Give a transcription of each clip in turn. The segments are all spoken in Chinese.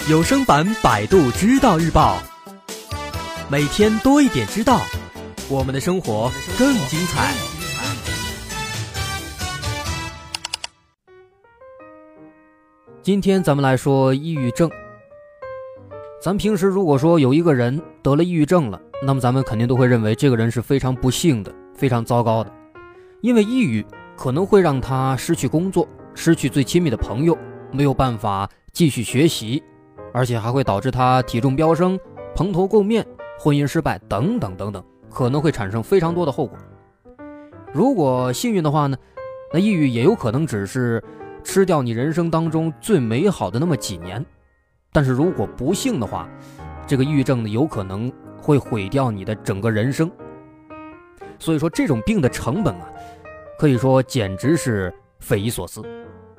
有声版百度知道日报，每天多一点知道，我们的生活更精彩。今天咱们来说抑郁症。咱平时如果说有一个人得了抑郁症了，那么咱们肯定都会认为这个人是非常不幸的，非常糟糕的。因为抑郁可能会让他失去工作，失去最亲密的朋友，没有办法继续学习，而且还会导致他体重飙升、蓬头垢面、婚姻失败等等等等，可能会产生非常多的后果。如果幸运的话呢，那抑郁也有可能只是吃掉你人生当中最美好的那么几年。但是如果不幸的话，这个抑郁症呢，有可能会毁掉你的整个人生。所以说这种病的成本啊，可以说简直是匪夷所思。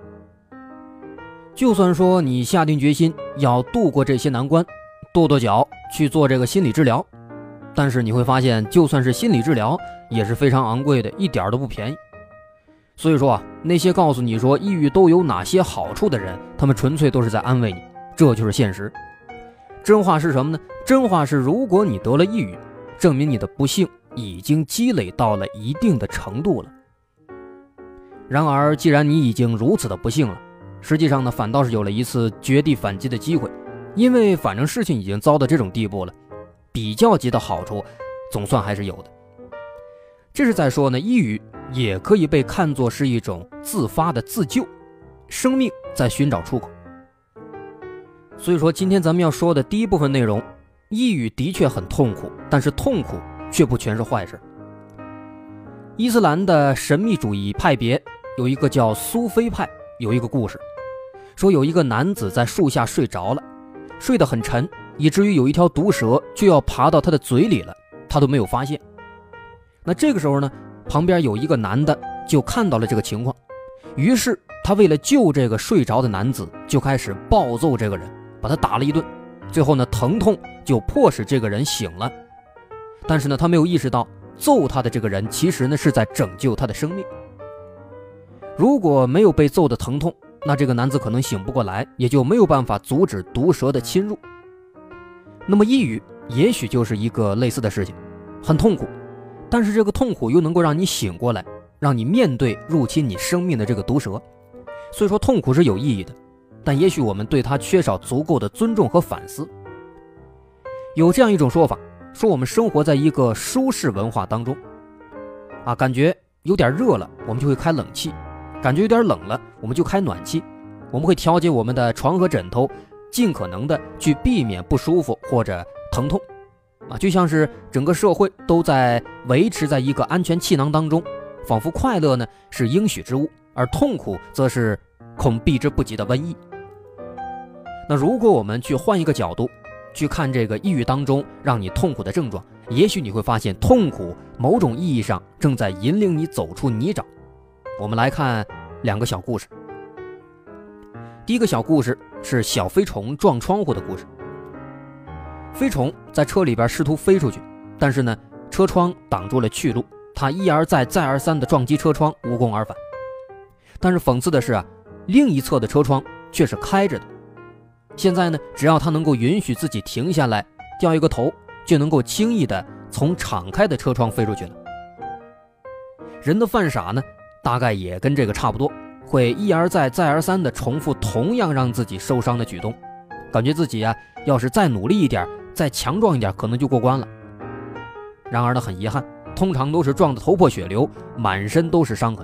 就算说你下定决心要度过这些难关，跺跺脚去做这个心理治疗，但是你会发现就算是心理治疗也是非常昂贵的，一点都不便宜。所以说啊，那些告诉你说抑郁都有哪些好处的人，他们纯粹都是在安慰你，这就是现实。真话是什么呢？真话是如果你得了抑郁，证明你的不幸已经积累到了一定的程度了。然而既然你已经如此的不幸了，实际上呢，反倒是有了一次绝地反击的机会，因为反正事情已经糟到这种地步了，比较级的好处总算还是有的。这是在说呢，抑郁也可以被看作是一种自发的自救，生命在寻找出口。所以说今天咱们要说的第一部分内容，抑郁的确很痛苦，但是痛苦却不全是坏事。伊斯兰的神秘主义派别有一个叫苏菲派，有一个故事，说有一个男子在树下睡着了，睡得很沉，以至于有一条毒蛇就要爬到他的嘴里了，他都没有发现。那这个时候呢，旁边有一个男的就看到了这个情况，于是他为了救这个睡着的男子，就开始暴揍这个人，把他打了一顿，最后呢，疼痛就迫使这个人醒了。但是呢，他没有意识到揍他的这个人其实呢是在拯救他的生命。如果没有被揍的疼痛，那这个男子可能醒不过来，也就没有办法阻止毒蛇的侵入。那么抑郁也许就是一个类似的事情，很痛苦，但是这个痛苦又能够让你醒过来，让你面对入侵你生命的这个毒蛇。所以说痛苦是有意义的，但也许我们对它缺少足够的尊重和反思。有这样一种说法，说我们生活在一个舒适文化当中啊，感觉有点热了，我们就会开冷气，感觉有点冷了，我们就开暖气，我们会调节我们的床和枕头，尽可能的去避免不舒服或者疼痛啊，就像是整个社会都在维持在一个安全气囊当中，仿佛快乐呢是应许之物，而痛苦则是恐避之不及的瘟疫。那如果我们去换一个角度去看这个抑郁当中让你痛苦的症状，也许你会发现痛苦某种意义上正在引领你走出泥沼。我们来看两个小故事。第一个小故事是小飞虫撞窗户的故事。飞虫在车里边试图飞出去，但是呢，车窗挡住了去路，它一而再再而三地撞击车窗，无功而返。但是讽刺的是啊，另一侧的车窗却是开着的。现在呢，只要他能够允许自己停下来，掉一个头，就能够轻易地从敞开的车窗飞出去了。人的犯傻呢，大概也跟这个差不多，会一而再再而三地重复同样让自己受伤的举动，感觉自己啊，要是再努力一点，再强壮一点，可能就过关了。然而呢，很遗憾，通常都是撞得头破血流，满身都是伤痕。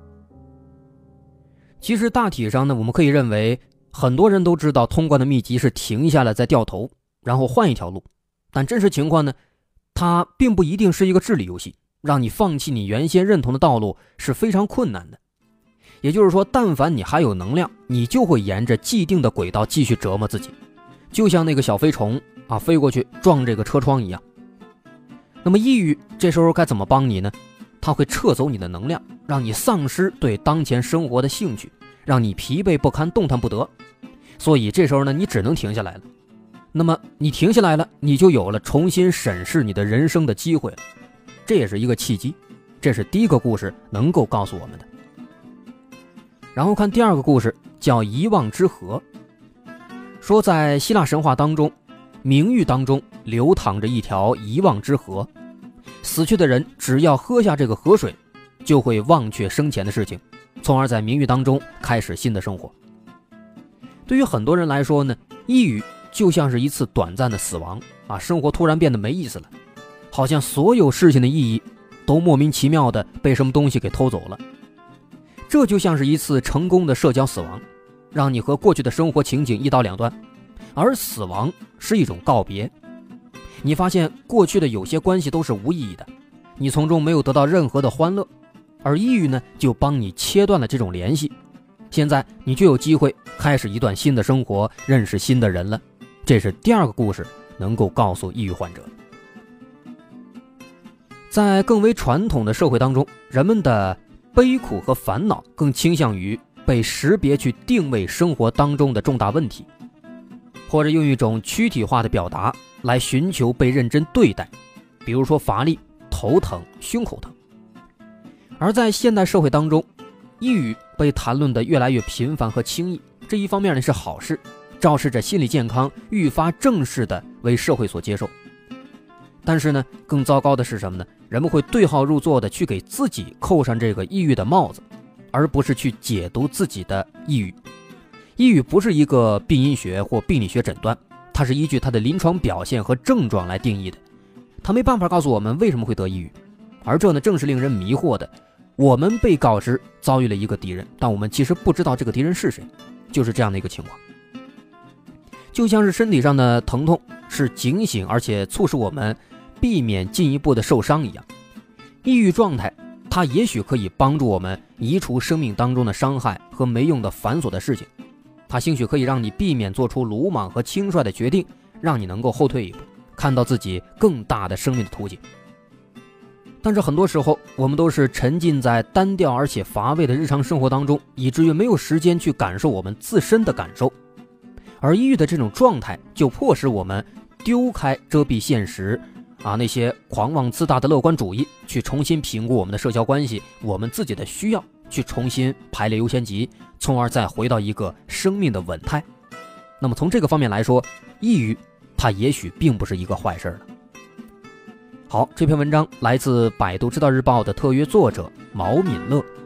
其实大体上呢，我们可以认为很多人都知道通关的秘籍是停下来再掉头，然后换一条路。但真实情况呢，它并不一定是一个智力游戏，让你放弃你原先认同的道路是非常困难的。也就是说，但凡你还有能量，你就会沿着既定的轨道继续折磨自己，就像那个小飞虫啊，飞过去撞这个车窗一样。那么抑郁这时候该怎么帮你呢？它会撤走你的能量，让你丧失对当前生活的兴趣，让你疲惫不堪，动弹不得。所以这时候呢，你只能停下来了。那么你停下来了，你就有了重新审视你的人生的机会了。这也是一个契机，这是第一个故事能够告诉我们的。然后看第二个故事，叫遗忘之河。 说在希腊神话当中，冥域当中流淌着一条遗忘之河，死去的人只要喝下这个河水，就会忘却生前的事情，从而在冥域当中开始新的生活。对于很多人来说呢，抑郁就像是一次短暂的死亡啊，生活突然变得没意思了，好像所有事情的意义都莫名其妙的被什么东西给偷走了。这就像是一次成功的社交死亡，让你和过去的生活情景一刀两断。而死亡是一种告别，你发现过去的有些关系都是无意义的，你从中没有得到任何的欢乐，而抑郁呢，就帮你切断了这种联系。现在你就有机会开始一段新的生活，认识新的人了。这是第二个故事能够告诉抑郁患者。在更为传统的社会当中，人们的悲苦和烦恼更倾向于被识别去定位生活当中的重大问题，或者用一种躯体化的表达来寻求被认真对待，比如说乏力、头疼、胸口疼。而在现代社会当中，抑郁被谈论的越来越频繁和轻易，这一方面呢是好事，昭示着心理健康愈发正式的为社会所接受。但是呢，更糟糕的是什么呢？人们会对号入座的去给自己扣上这个抑郁的帽子，而不是去解读自己的抑郁。抑郁不是一个病因学或病理学诊断，它是依据它的临床表现和症状来定义的，它没办法告诉我们为什么会得抑郁。而这呢，正是令人迷惑的，我们被告知遭遇了一个敌人，但我们其实不知道这个敌人是谁，就是这样的一个情况。就像是身体上的疼痛是警醒而且促使我们避免进一步的受伤一样，抑郁状态它也许可以帮助我们移除生命当中的伤害和没用的繁琐的事情，它兴许可以让你避免做出鲁莽和轻率的决定，让你能够后退一步，看到自己更大的生命的途径。但是很多时候我们都是沉浸在单调而且乏味的日常生活当中，以至于没有时间去感受我们自身的感受。而抑郁的这种状态就迫使我们丢开遮蔽现实那些狂妄自大的乐观主义，去重新评估我们的社交关系，我们自己的需要，去重新排列优先级，从而再回到一个生命的稳态。那么从这个方面来说，抑郁它也许并不是一个坏事了。好，这篇文章来自百度知道日报的特约作者毛敏乐。